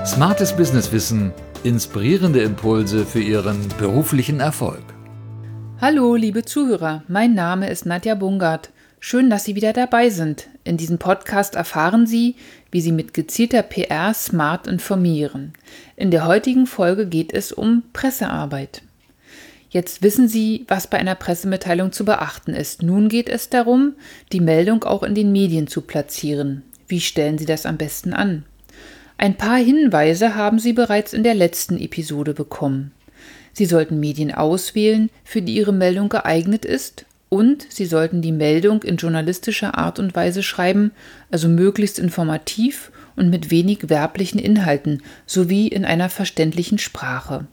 Smartes Businesswissen, inspirierende Impulse für Ihren beruflichen Erfolg. Hallo, liebe Zuhörer, mein Name ist Nadja Bungert. Schön, dass Sie wieder dabei sind. In diesem Podcast erfahren Sie, wie Sie mit gezielter PR smart informieren. In der heutigen Folge geht es um Pressearbeit. Jetzt wissen Sie, was bei einer Pressemitteilung zu beachten ist. Nun geht es darum, die Meldung auch in den Medien zu platzieren. Wie stellen Sie das am besten an? Ein paar Hinweise haben Sie bereits in der letzten Episode bekommen. Sie sollten Medien auswählen, für die Ihre Meldung geeignet ist, und Sie sollten die Meldung in journalistischer Art und Weise schreiben, also möglichst informativ und mit wenig werblichen Inhalten, sowie in einer verständlichen Sprache.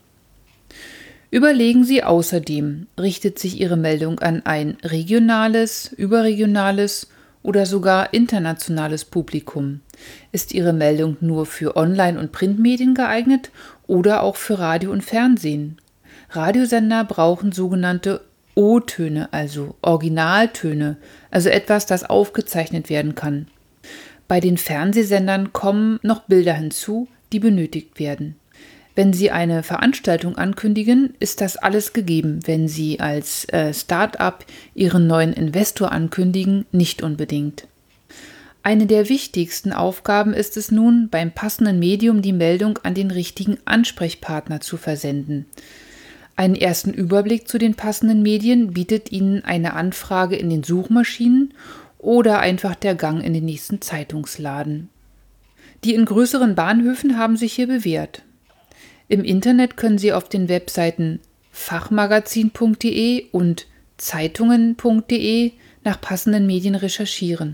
Überlegen Sie außerdem, richtet sich Ihre Meldung an ein regionales, überregionales oder sogar internationales Publikum? Ist Ihre Meldung nur für Online- und Printmedien geeignet oder auch für Radio und Fernsehen? Radiosender brauchen sogenannte O-Töne, also Originaltöne, also etwas, das aufgezeichnet werden kann. Bei den Fernsehsendern kommen noch Bilder hinzu, die benötigt werden. Wenn Sie eine Veranstaltung ankündigen, ist das alles gegeben. Wenn Sie als Start-up Ihren neuen Investor ankündigen, nicht unbedingt. Eine der wichtigsten Aufgaben ist es nun, beim passenden Medium die Meldung an den richtigen Ansprechpartner zu versenden. Einen ersten Überblick zu den passenden Medien bietet Ihnen eine Anfrage in den Suchmaschinen oder einfach der Gang in den nächsten Zeitungsladen. Die in größeren Bahnhöfen haben sich hier bewährt. Im Internet können Sie auf den Webseiten fachmagazin.de und zeitungen.de nach passenden Medien recherchieren.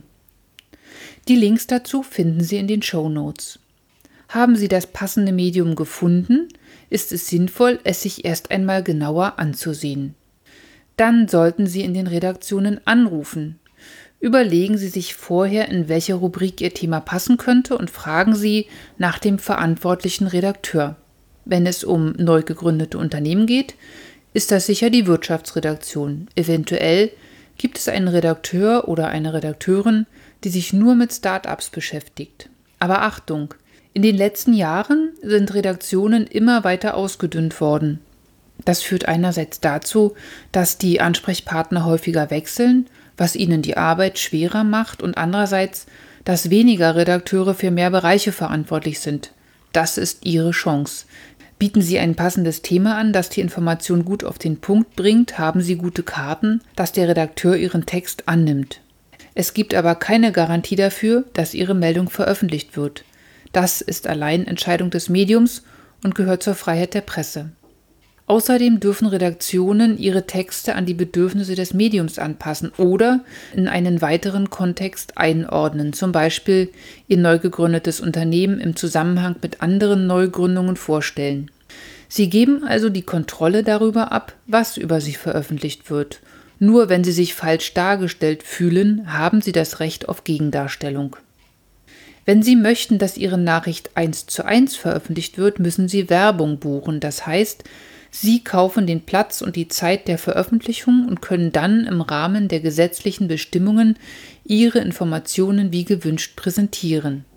Die Links dazu finden Sie in den Shownotes. Haben Sie das passende Medium gefunden, ist es sinnvoll, es sich erst einmal genauer anzusehen. Dann sollten Sie in den Redaktionen anrufen. Überlegen Sie sich vorher, in welche Rubrik Ihr Thema passen könnte, und fragen Sie nach dem verantwortlichen Redakteur. Wenn es um neu gegründete Unternehmen geht, ist das sicher die Wirtschaftsredaktion. Eventuell gibt es einen Redakteur oder eine Redakteurin, die sich nur mit Start-ups beschäftigt. Aber Achtung! In den letzten Jahren sind Redaktionen immer weiter ausgedünnt worden. Das führt einerseits dazu, dass die Ansprechpartner häufiger wechseln, was ihnen die Arbeit schwerer macht, und andererseits, dass weniger Redakteure für mehr Bereiche verantwortlich sind. Das ist Ihre Chance. Bieten Sie ein passendes Thema an, das die Information gut auf den Punkt bringt, haben Sie gute Karten, dass der Redakteur Ihren Text annimmt. Es gibt aber keine Garantie dafür, dass Ihre Meldung veröffentlicht wird. Das ist allein Entscheidung des Mediums und gehört zur Freiheit der Presse. Außerdem dürfen Redaktionen ihre Texte an die Bedürfnisse des Mediums anpassen oder in einen weiteren Kontext einordnen, zum Beispiel ihr neu gegründetes Unternehmen im Zusammenhang mit anderen Neugründungen vorstellen. Sie geben also die Kontrolle darüber ab, was über sie veröffentlicht wird. Nur wenn Sie sich falsch dargestellt fühlen, haben Sie das Recht auf Gegendarstellung. Wenn Sie möchten, dass Ihre Nachricht 1:1 veröffentlicht wird, müssen Sie Werbung buchen. Das heißt, Sie kaufen den Platz und die Zeit der Veröffentlichung und können dann im Rahmen der gesetzlichen Bestimmungen Ihre Informationen wie gewünscht präsentieren.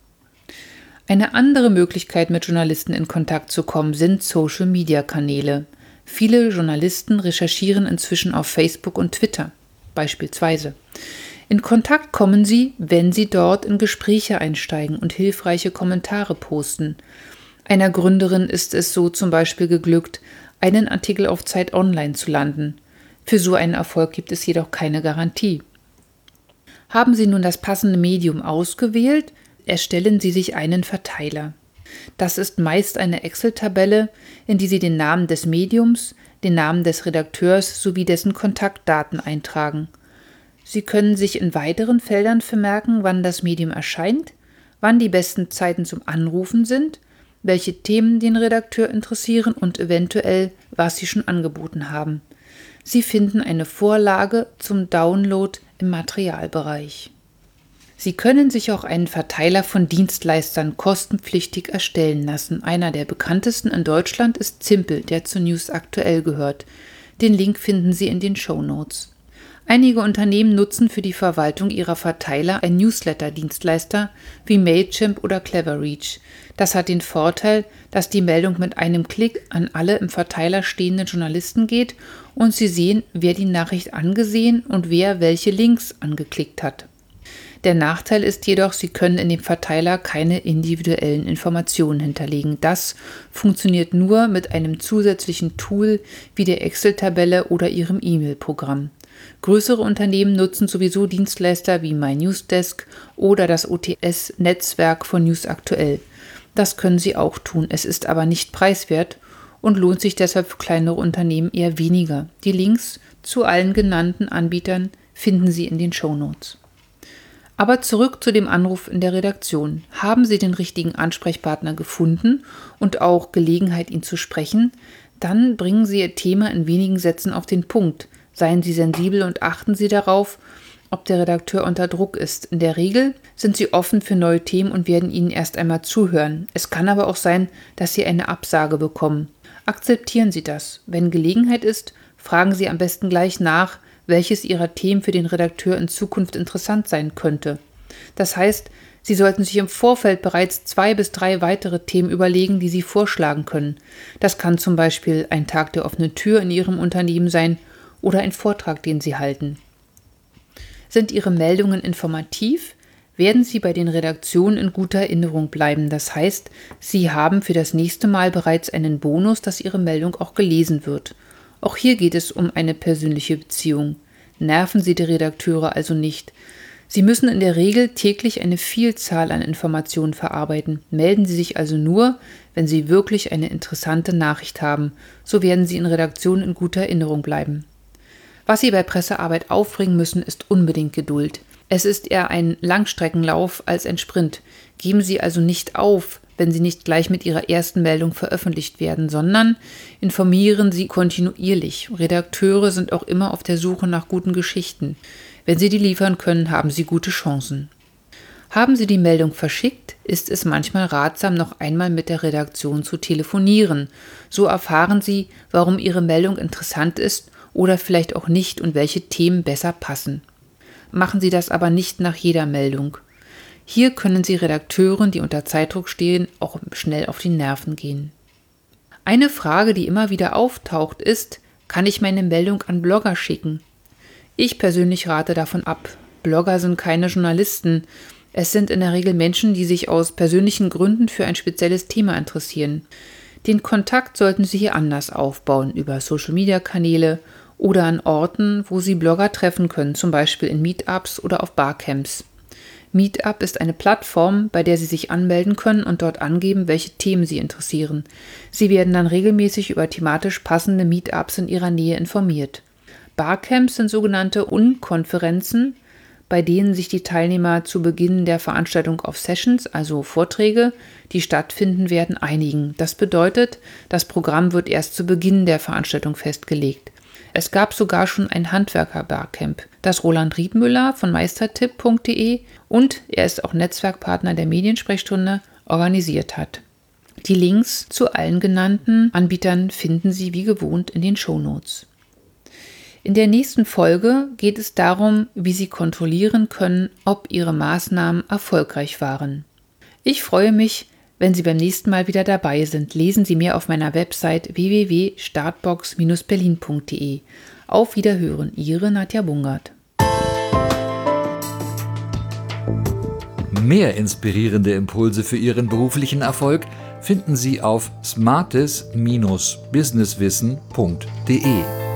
Eine andere Möglichkeit, mit Journalisten in Kontakt zu kommen, sind Social-Media-Kanäle. Viele Journalisten recherchieren inzwischen auf Facebook und Twitter, beispielsweise. In Kontakt kommen Sie, wenn Sie dort in Gespräche einsteigen und hilfreiche Kommentare posten. Einer Gründerin ist es so zum Beispiel geglückt, einen Artikel auf Zeit Online zu landen. Für so einen Erfolg gibt es jedoch keine Garantie. Haben Sie nun das passende Medium ausgewählt, erstellen Sie sich einen Verteiler. Das ist meist eine Excel-Tabelle, in die Sie den Namen des Mediums, den Namen des Redakteurs sowie dessen Kontaktdaten eintragen. Sie können sich in weiteren Feldern vermerken, wann das Medium erscheint, wann die besten Zeiten zum Anrufen sind, welche Themen den Redakteur interessieren und eventuell, was Sie schon angeboten haben. Sie finden eine Vorlage zum Download im Materialbereich. Sie können sich auch einen Verteiler von Dienstleistern kostenpflichtig erstellen lassen. Einer der bekanntesten in Deutschland ist Zimpel, der zu News Aktuell gehört. Den Link finden Sie in den Shownotes. Einige Unternehmen nutzen für die Verwaltung ihrer Verteiler einen Newsletter-Dienstleister wie Mailchimp oder Cleverreach. Das hat den Vorteil, dass die Meldung mit einem Klick an alle im Verteiler stehenden Journalisten geht und sie sehen, wer die Nachricht angesehen und wer welche Links angeklickt hat. Der Nachteil ist jedoch, Sie können in dem Verteiler keine individuellen Informationen hinterlegen. Das funktioniert nur mit einem zusätzlichen Tool wie der Excel-Tabelle oder Ihrem E-Mail-Programm. Größere Unternehmen nutzen sowieso Dienstleister wie MyNewsDesk oder das OTS-Netzwerk von NewsAktuell. Das können Sie auch tun, es ist aber nicht preiswert und lohnt sich deshalb für kleinere Unternehmen eher weniger. Die Links zu allen genannten Anbietern finden Sie in den Shownotes. Aber zurück zu dem Anruf in der Redaktion. Haben Sie den richtigen Ansprechpartner gefunden und auch Gelegenheit, ihn zu sprechen? Dann bringen Sie Ihr Thema in wenigen Sätzen auf den Punkt. Seien Sie sensibel und achten Sie darauf, ob der Redakteur unter Druck ist. In der Regel sind Sie offen für neue Themen und werden Ihnen erst einmal zuhören. Es kann aber auch sein, dass Sie eine Absage bekommen. Akzeptieren Sie das. Wenn Gelegenheit ist, fragen Sie am besten gleich nach, welches Ihrer Themen für den Redakteur in Zukunft interessant sein könnte. Das heißt, Sie sollten sich im Vorfeld bereits 2 bis 3 weitere Themen überlegen, die Sie vorschlagen können. Das kann zum Beispiel ein Tag der offenen Tür in Ihrem Unternehmen sein oder ein Vortrag, den Sie halten. Sind Ihre Meldungen informativ, werden Sie bei den Redaktionen in guter Erinnerung bleiben. Das heißt, Sie haben für das nächste Mal bereits einen Bonus, dass Ihre Meldung auch gelesen wird. Auch hier geht es um eine persönliche Beziehung. Nerven Sie die Redakteure also nicht. Sie müssen in der Regel täglich eine Vielzahl an Informationen verarbeiten. Melden Sie sich also nur, wenn Sie wirklich eine interessante Nachricht haben. So werden Sie in Redaktionen in guter Erinnerung bleiben. Was Sie bei Pressearbeit aufbringen müssen, ist unbedingt Geduld. Es ist eher ein Langstreckenlauf als ein Sprint. Geben Sie also nicht auf, wenn Sie nicht gleich mit Ihrer ersten Meldung veröffentlicht werden, sondern informieren Sie kontinuierlich. Redakteure sind auch immer auf der Suche nach guten Geschichten. Wenn Sie die liefern können, haben Sie gute Chancen. Haben Sie die Meldung verschickt, ist es manchmal ratsam, noch einmal mit der Redaktion zu telefonieren. So erfahren Sie, warum Ihre Meldung interessant ist oder vielleicht auch nicht und welche Themen besser passen. Machen Sie das aber nicht nach jeder Meldung. Hier können Sie Redakteuren, die unter Zeitdruck stehen, auch schnell auf die Nerven gehen. Eine Frage, die immer wieder auftaucht, ist: Kann ich meine Meldung an Blogger schicken? Ich persönlich rate davon ab. Blogger sind keine Journalisten. Es sind in der Regel Menschen, die sich aus persönlichen Gründen für ein spezielles Thema interessieren. Den Kontakt sollten Sie hier anders aufbauen, über Social-Media-Kanäle oder an Orten, wo Sie Blogger treffen können, zum Beispiel in Meetups oder auf Barcamps. Meetup ist eine Plattform, bei der Sie sich anmelden können und dort angeben, welche Themen Sie interessieren. Sie werden dann regelmäßig über thematisch passende Meetups in Ihrer Nähe informiert. Barcamps sind sogenannte Unkonferenzen, bei denen sich die Teilnehmer zu Beginn der Veranstaltung auf Sessions, also Vorträge, die stattfinden werden, einigen. Das bedeutet, das Programm wird erst zu Beginn der Veranstaltung festgelegt. Es gab sogar schon ein Handwerker-Barcamp, das Roland Riedmüller von meistertipp.de, und er ist auch Netzwerkpartner der Mediensprechstunde, organisiert hat. Die Links zu allen genannten Anbietern finden Sie wie gewohnt in den Shownotes. In der nächsten Folge geht es darum, wie Sie kontrollieren können, ob Ihre Maßnahmen erfolgreich waren. Ich freue mich, wenn Sie beim nächsten Mal wieder dabei sind. Lesen Sie mehr auf meiner Website www.startbox-berlin.de. Auf Wiederhören, Ihre Nadja Bungert. Mehr inspirierende Impulse für Ihren beruflichen Erfolg finden Sie auf smartes-businesswissen.de.